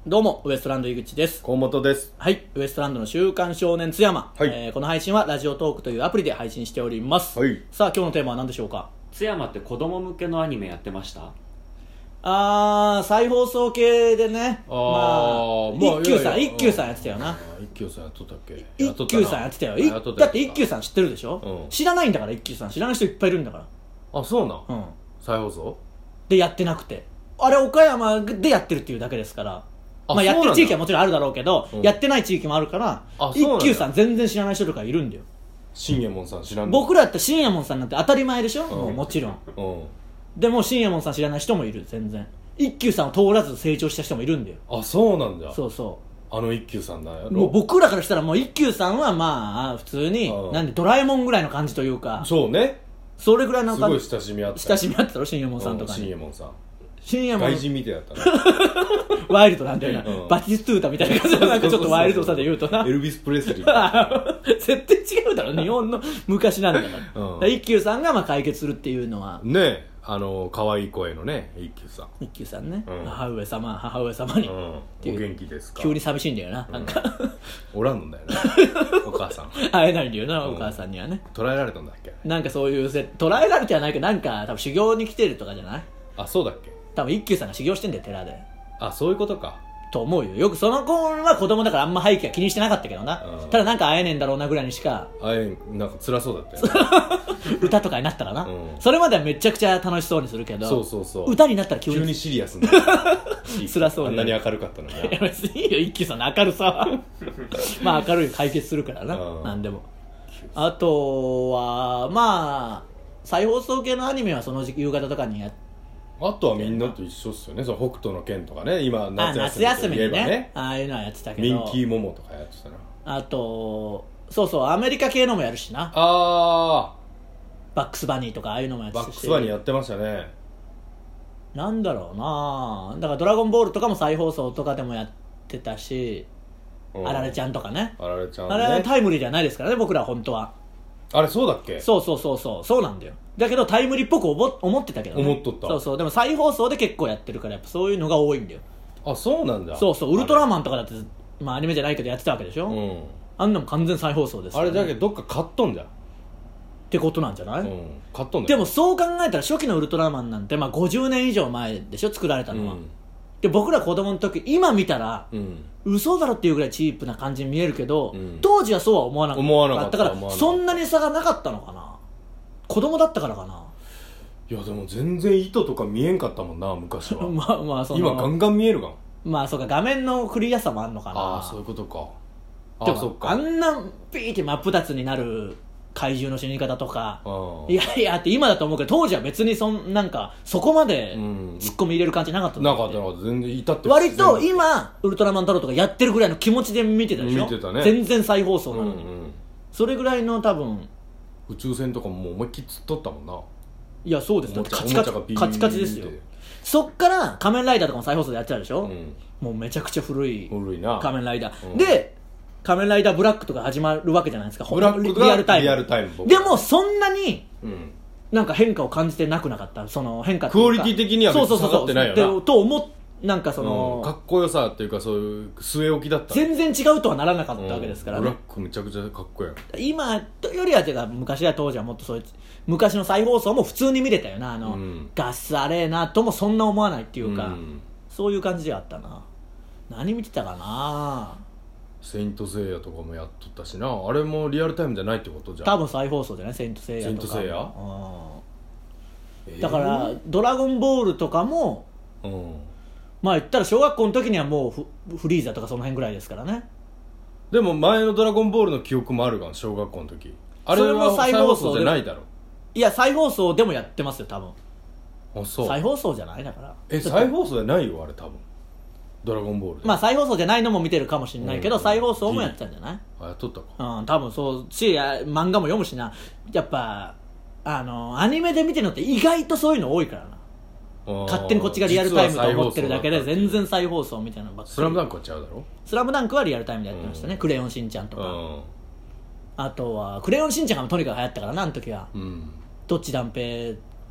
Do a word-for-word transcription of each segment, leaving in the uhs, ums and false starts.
どうもウエストランド井口です。 河本です。 はい、ウエストランドの週刊少年津山、 はいえーこの配信はラジオトークというアプリで配信しております。 はい。 さあ今日のテーマは何でしょうか。 津山って子供向けのアニメやってました？ あー再放送系でね、 あーまあ、 まあ一休さんいやいや一休さんやってたよな。 あー一休さんやっとったっけ？ 一休さんやってたよ。いやっとっただって一休さん知ってるでしょ、 うん知らないんだから。一休さん知らない人いっぱいいるんだかあ、そうなん、 ら、うん、 再放送でやってなくて、あれ岡山でやってるっていうだけですから。 あまあ、やってる地域はももちろんあるだろうけど、 うんやってない地域もあるから、 あそうなんだ一休さん全然知らない人とかいるんだよ。 新右衛門さん知らんの？ 僕らって新右衛門さんなんて当たり前でしょ、 うんもうもちろん。 うんでも新右衛門さん知らない人もいる。全然一休さんを通らず成長した人もいるんだよ。 あ、そうなんだ。 そうそあの一休さんなんやろ。 う、もう僕らからしたらもう一休さんはまあ普通にうんなんでドラえもんぐらいの感じというか、 そうね、 それぐらいの感じ。 すごい親しみあった。 親しみあったろ新右衛門さんとうんかに。 新右衛門さん新右衛門外人みたいだったなワイルドなんだよな、 うんバティストゥータみたいな感じのなんかちょっとワイルドさで言うとなエルビス・プレスリー絶対違うだろ、日本の昔なんだから、 うんだから一休さんがまあ解決するっていうのはねえ、あの可愛い声のね一休さん、 一休さんね、 うん母上様母上様に、 うん、おいう元気ですか？ 急に寂しいんだよな、なんかおらんのだよねお母さん会えないんだよな、 うんお母さんにはね。 捕らえられたんだっけ？ なんかそういうせ捉えられてはないけど、なんか多分修行に来てるとかじゃない。 あ、そうだっけ？ 多分一休さんが修行してんだよ寺であ、そういうことか。 と思うよ。よくその子は子供だからあんま背景は気にしてなかったけどな、 うんただなんか会えねえんだろうなぐらいにしかあれなんか辛そうだったよね歌とかになったらな、 うんそれまではめちゃくちゃ楽しそうにするけど、 そうそうそう、 歌になったら急に急にシリアスになる辛そうにあんなに明るかったのにいや別にいいよ一休さんの明るさはまあ明るい解決するからな、 うんなんでも。あとはまあ再放送系のアニメはその時夕方とかにやって、 あとはみんなと一緒っすよね。その北斗の拳とかね、今あ夏夏休みといえば休みにねね、 ああいうのはやってたけど、 ミンキーモモとかやってたな。 あとそうそうアメリカ系のもやるしな、 あバックスバニーとかああいうのもやっー、 てたし、 バックスバニーやってましたね。 なんだろうな、だからドラゴンボールとかも再放送とかでもやってたし、 うんあられちゃんとかね、 あられちゃんね。 あれはタイムリーじゃないですからね僕らは本当は。 あれそうだっけ？ そうそうそうそうそうなんだよ。だけどタイムリーっぽく思思ってたけどね。 思っとったそうそう、でも再放送で結構やってるからやっぱそういうのが多いんだよ。 あ、そうなんだ。 そうそう、ウルトラマンとかだってまあアニメじゃないけどやってたわけでしょ、 うん。 あんなも完全再放送ですからね、 あれだけどどっか買っとんじゃん。 ってことなんじゃない、 うん。買っとんだよ。 でもそう考えたら初期のウルトラマンなんてまあごじゅうねん以上前でしょ作られたのは、 うんで僕ら子供の時今見たら、 うん。 嘘だろっていうぐらいチープな感じに見えるけど、 うん当時はそうは思わなかった思わなかっただから思わなかったそんなに差がなかったのかな、子供だったからかな。 いやでも全然糸とか見えんかったもんな昔はまあまあその今ガンガン見えるがん。 まあそうか、画面のクリアさもあんのかな。 ああ、そういうことか。 でもああ、そっか。 あんなピーって真っ二つになる怪獣の死に方とか、 うんいやいやって今だと思うけど当時は別にそんなんかそこまでうんツッコミ入れる感じなかったんだってなかったなかった。全然いたって割と自然だっ今ウルトラマン太郎とかやってるぐらいの気持ちで見てたでしょ。 見てたね全然再放たうんう送なのに、 ん。 それぐらいの多分。 宇宙船とかももう思いっきり釣っとったもんな。 いやそうです、だってカチカチおもちゃがビーンカチカチですよって。 そっから仮面ライダーとかも再放送でやってたでしょ、 うん。 もうめちゃくちゃ古い古いな。 仮面ライダー、 うんで仮面ライダーブラックとか始まるわけじゃないですか。 ブラックがリアルタイムリアルタイム僕でもそんなにうん。 なんか変化を感じてなくなかった。その変化っていうかクオリティ的には別にそうそうそう下がってないよなでと思っなんかその、 うんかっこよさっていうかそういう据え置きだった。 全然違うとはならなかったわけですからねうんブラ、ックめちゃくちゃかっこいいやん。 今よりはてか昔や当時はもっとそういう昔の再放送も普通に見れたよな。あの、 うんガスあれえなともそんな思わないっていうか、 うんそういう感じであったな。何見てたかな。 セイントセイヤとかもやっとったしな。あれもリアルタイムじゃないってことじゃん。 多分再放送じゃない、セイントセイヤとか。 セイントセイヤうんえーだから「ドラゴンボール」とかもうん。 まあ言ったら小学校の時にはもうフフリーザとかその辺ぐらいですからね。 でも前のドラゴンボールの記憶もあるがん、小学校の時。あれそれもは再放再放送送じゃないだろ。 いや再放送でもやってますよ多分。 あ、そう。 再放送じゃないだからえ、 ちょっと再放送じゃないよ、あれ多分。ドラゴンボールで。 まあ再放送じゃないのも見てるかもしれないけど、 うん再放送もやってたんじゃない。 あ、やっとったか。 うん多分そうし、や漫画も読むしな。やっぱあのアニメで見てるのって意外とそういうの多いからな。勝手にこっちがリアルタイムと思ってるだけで全然再放送みたいなのばっかり。 スラムダンクはちゃうだろ。 スラムダンクはリアルタイムでやってましたね、クレヨンしんちゃんとか、あとはクレヨンしんちゃんがとにかく流行ったからなあの時は。 うん。うん。 どっち断平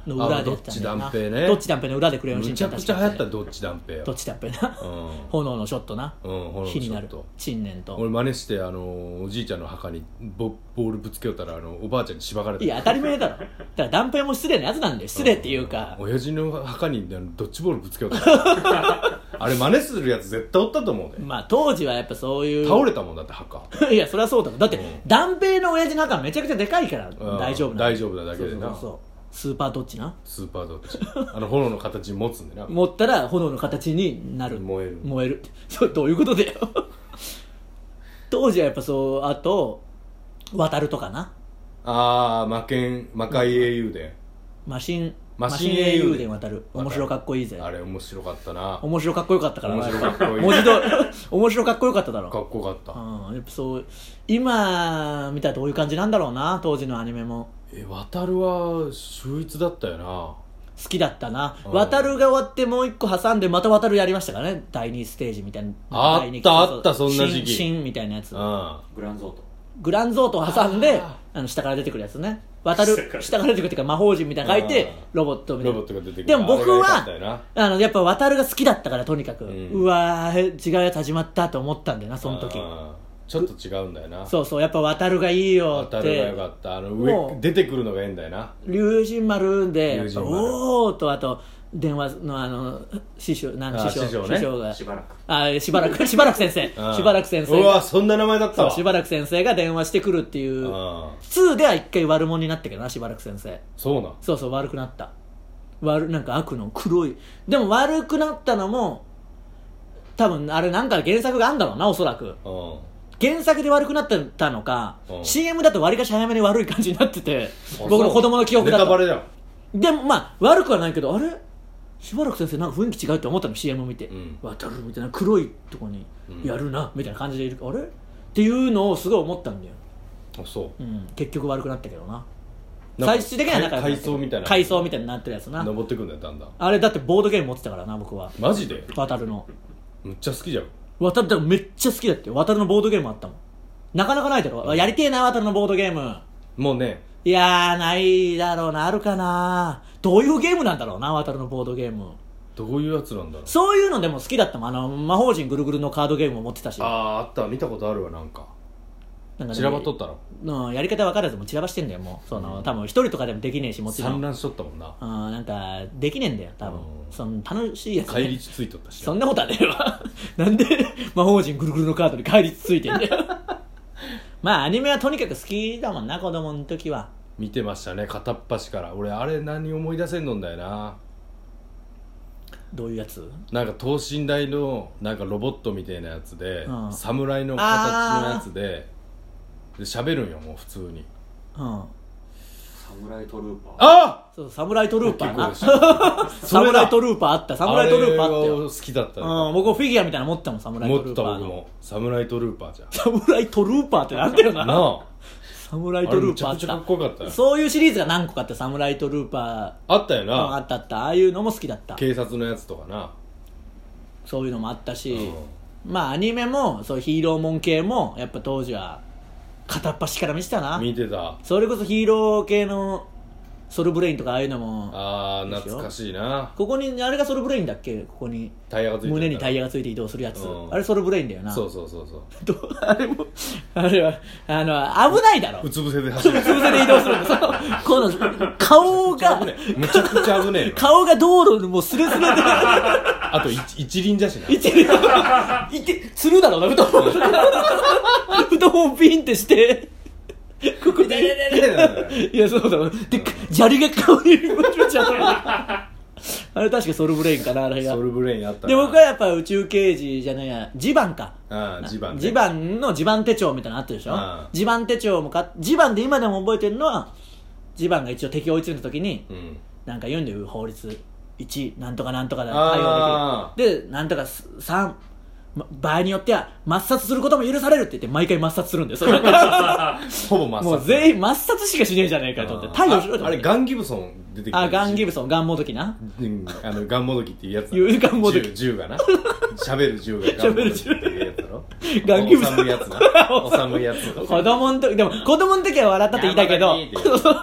の裏でやったんだよな。 どっち断平ね。 どっち断平の裏でクレヨンしむんちゃんちゃくちゃ流行ったどっち断平よ。 どっち断平な、 うん、 炎のショットな、 うん、炎のショット火になる陳年と。 俺真似してあのおじいちゃんの墓に ボ, ボールぶつけよったらあのおばあちゃんにしばかれた。 いや当たり前だろ。だから断平も失礼なやつなんだよ。失礼っていうか、 親父の墓にドッジボールぶつけよったらあれ真似するやつ絶対おったと思うで。 まあ当時はやっぱそういう倒れたもんだって墓いやそりゃそうだろ。だってうん断平の親父なんかめちゃくちゃでかいから、 うん大丈夫な大丈夫なだけでな。 そうそうそうスーパードッジな、 スーパードッジあの炎の形に持つんでな。 持ったら炎の形になる、 燃える燃えるってそれどういうことだよ当時はやっぱそう。あと渡るとかな、 ああ魔剣魔界英雄伝、 マシンマシン英雄伝渡る面白かっこいいぜ。 あれ面白かったな。 面白かっこよかったからな。 面白かっこいい文字通り面白かっこよかっただろ。 かっこよかった。 うん、やっぱそう今見たらどういう感じなんだろうな。当時のアニメもえ渡るは秀逸だったよな。 好きだったな。 うん渡るが終わってもう一個挟んでまた渡るやりましたからね。だいにステージみたいな。 あっただいにあったそんな時期新新みたいなやつ。 うんグランゾート。 グランゾートを挟んでああの下から出てくるやつね。渡る下から下から出てくるっていうか魔法陣みたいなの書いてあロボットみたいな。 ロボットが出てくる。 でも僕あれが良かはったよな。 あのやっぱ渡るが好きだったからとにかく、ううんわー違うやつ始まったと思ったんだよなその時。 あーちょっと違うんだよな。 そうそうやっぱ渡るがいいよっ渡るがよて。 かった。あのもう上出てくるのがええんだよな。 龍神丸でやっぱ龍神丸おーとあと電話のあの師匠なんあ師匠師匠ね師匠がしばらく。 あしばらくしばらく先生うんしばらく先生うわがそんな名前だったわ。 そうしばらく先生が電話してくるっていうあにでは一回悪者になったけどなしばらく先生。 そうなんそうそう悪くなった悪なんか悪の黒い。でも悪くなったのも多分あれなんか原作があんだろうなおそらく。 うん原作で悪くなってたのか、 うんシーエム だと割りかし早めに悪い感じになっててあ僕の子供の記憶だとネタバレじゃん。 でもまあ悪くはないけどあれしばらく先生なんか雰囲気違うって思ったの シーエム 見て、 うん渡るみたいな黒いとこにうんやるな、みたいな感じでいるあれっていうのをすごい思ったんだよ、 あそううん、結局悪くなったけどな。 なんか最終的には仲良くなった階層みたいな階層みたいになってるやつな。 登ってくんだよだんだん。 あれだってボードゲーム持ってたからな僕は。 マジで渡るのむっちゃ好きじゃん。 渡るだからめっちゃ好きだってよ。渡るのボードゲームあったもん。なかなかないだろ。やりてえな渡るのボードゲーム。 もうねいやーないだろうな。あるかな。どういうゲームなんだろうな渡るのボードゲーム。 どういうやつなんだろう。 そういうのでも好きだったもん。あの魔法陣ぐるぐるのカードゲームも持ってたし。 あああった見たことあるわなんかなんかね散らばっとったろ。 うん、やり方分からずもう散らばしてんだよもう。その多分一人とかでもできねえしもちろん。 散乱しとったもんな。 うんなんかできねえんだよ多分。 うんその楽しいやつ、ね。 返り血ついとったしそんなことはねえわなんで魔法陣ぐるぐるのカードに返りついてんだよまあアニメはとにかく好きだもんな子供の時は。 見てましたね片っ端から。俺あれ何思い出せんのんだよな。 どういうやつ。 なんか等身大のなんかロボットみたいなやつで、 うん侍の形のやつでで喋るんよもう普通に。 うんサムライトルーパー。 あそうサムライトルーパーな結構サムライトルーパーあった。サムライトルーパーあったよ。 あれが好きだったよ。 うん、僕フィギュアみたいなの持ってたもんサムライ持ってトルーパーの。 た僕もサムライトルーパーじゃん。 サムライトルーパーってなんだよななあサムライあトルーパーあっれめちゃくちゃかったこよかったよ。 そういうシリーズが何個かあってサムライトルーパあったよー、うん、あなったあった。ああいうのも好きだった。 警察のやつとかな。 そういうのもあったし、 うまあアニメもそうヒーローもん系もやっぱ当時は片っ端から見てたな。 見てた。 それこそヒーロー系のソルブレインとかああいうのもあー懐かしいな。 ここにあれがソルブレインだっけ。ここにタイヤがついてる胸にタイヤヤがついて移動するやつ、 うんあれソルブレインだよな。 そうそうそうそうどあれもあれはあの危ないだろ。 うつ伏せで走るうつ伏せで移動するんだ。そのこの顔が危ねえむちゃくちゃ危ねえよ顔が道路にもうスレスレであと一一輪じゃしな。 一輪いてつるだろうな太もも太ももピンってしてここでいやそうだろで砂利が顔にぶちぶち当たるあれ確かソルブレインかなあれが。 ソルブレインあったな。 で僕はやっぱ宇宙刑事じゃないやジバンか。 ああジバンねジバンのジバン手帳みたいなのあったでしょ。 うんジバン手帳もかジバンで今でも覚えてるのはジバンが一応敵を追い詰めた時にうんなんか言うんだよ法律いちなんとかなんとかで対あ応できるでなんとかさんま場合によっては抹殺することも許されるって言って毎回抹殺するんだよそれほぼマッサージもう全員抹殺しかしねえじゃねえかと思って対応しろと思って。 ああれガンギブソン出てきたあガンギブソソンガンモドキなン、うん、あのガンモドキっていうやつだいうガンモドキ銃銃がな喋る銃がガンモドキっていうやつだろガンギブソンおさむやつなおさむやつ子供の時でも子供の時は笑ったって言いたいけどガンバガニーって子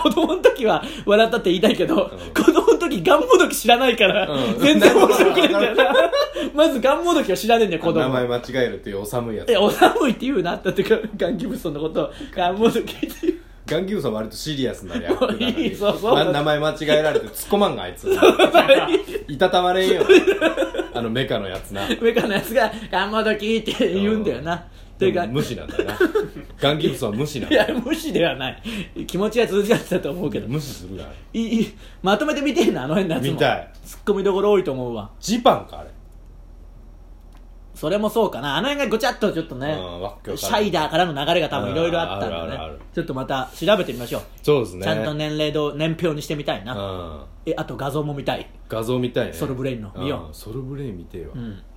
子供の時は笑ったって言いたいけど、 うん、 子供の時ガンモドキ知らないから、うん、全然面白くないんだよなまずガンモドキを知らねえんだよ子供。 名前間違えるっていうお寒いやつ。 えお寒いって言うなってってかガンギブソンのことをガンモドキっていうガンギブソンは割とシリアスな役なのにいいそうそう、 ま、名前間違えられて突っ込まんがあいついたたまれんよあのメカのやつなメカのやつがガンモドキって言うんだよな。 というか無視なんだよなガンギブソンは無視なんだよ。いや無視ではない、気持ちは通じ合ってたと思うけど無視するがいいいいまとめて見てんのあの辺のやつも見たい。 ツッコミどころ多いと思うわ。 ジパンかあれ。 それもそうかな、あの辺がごちゃっとちょっとね、 うん、 シャイダーからの流れが多分いろいろあったんでね、ちょっとまた調べてみましょう。 そうですね、 ちゃんと年齢度年表にしてみたいな、 うん、 えあと画像も見たい。 画像見たいね。 ソルブレインの見よう。 ソルブレイン見てよ、 うん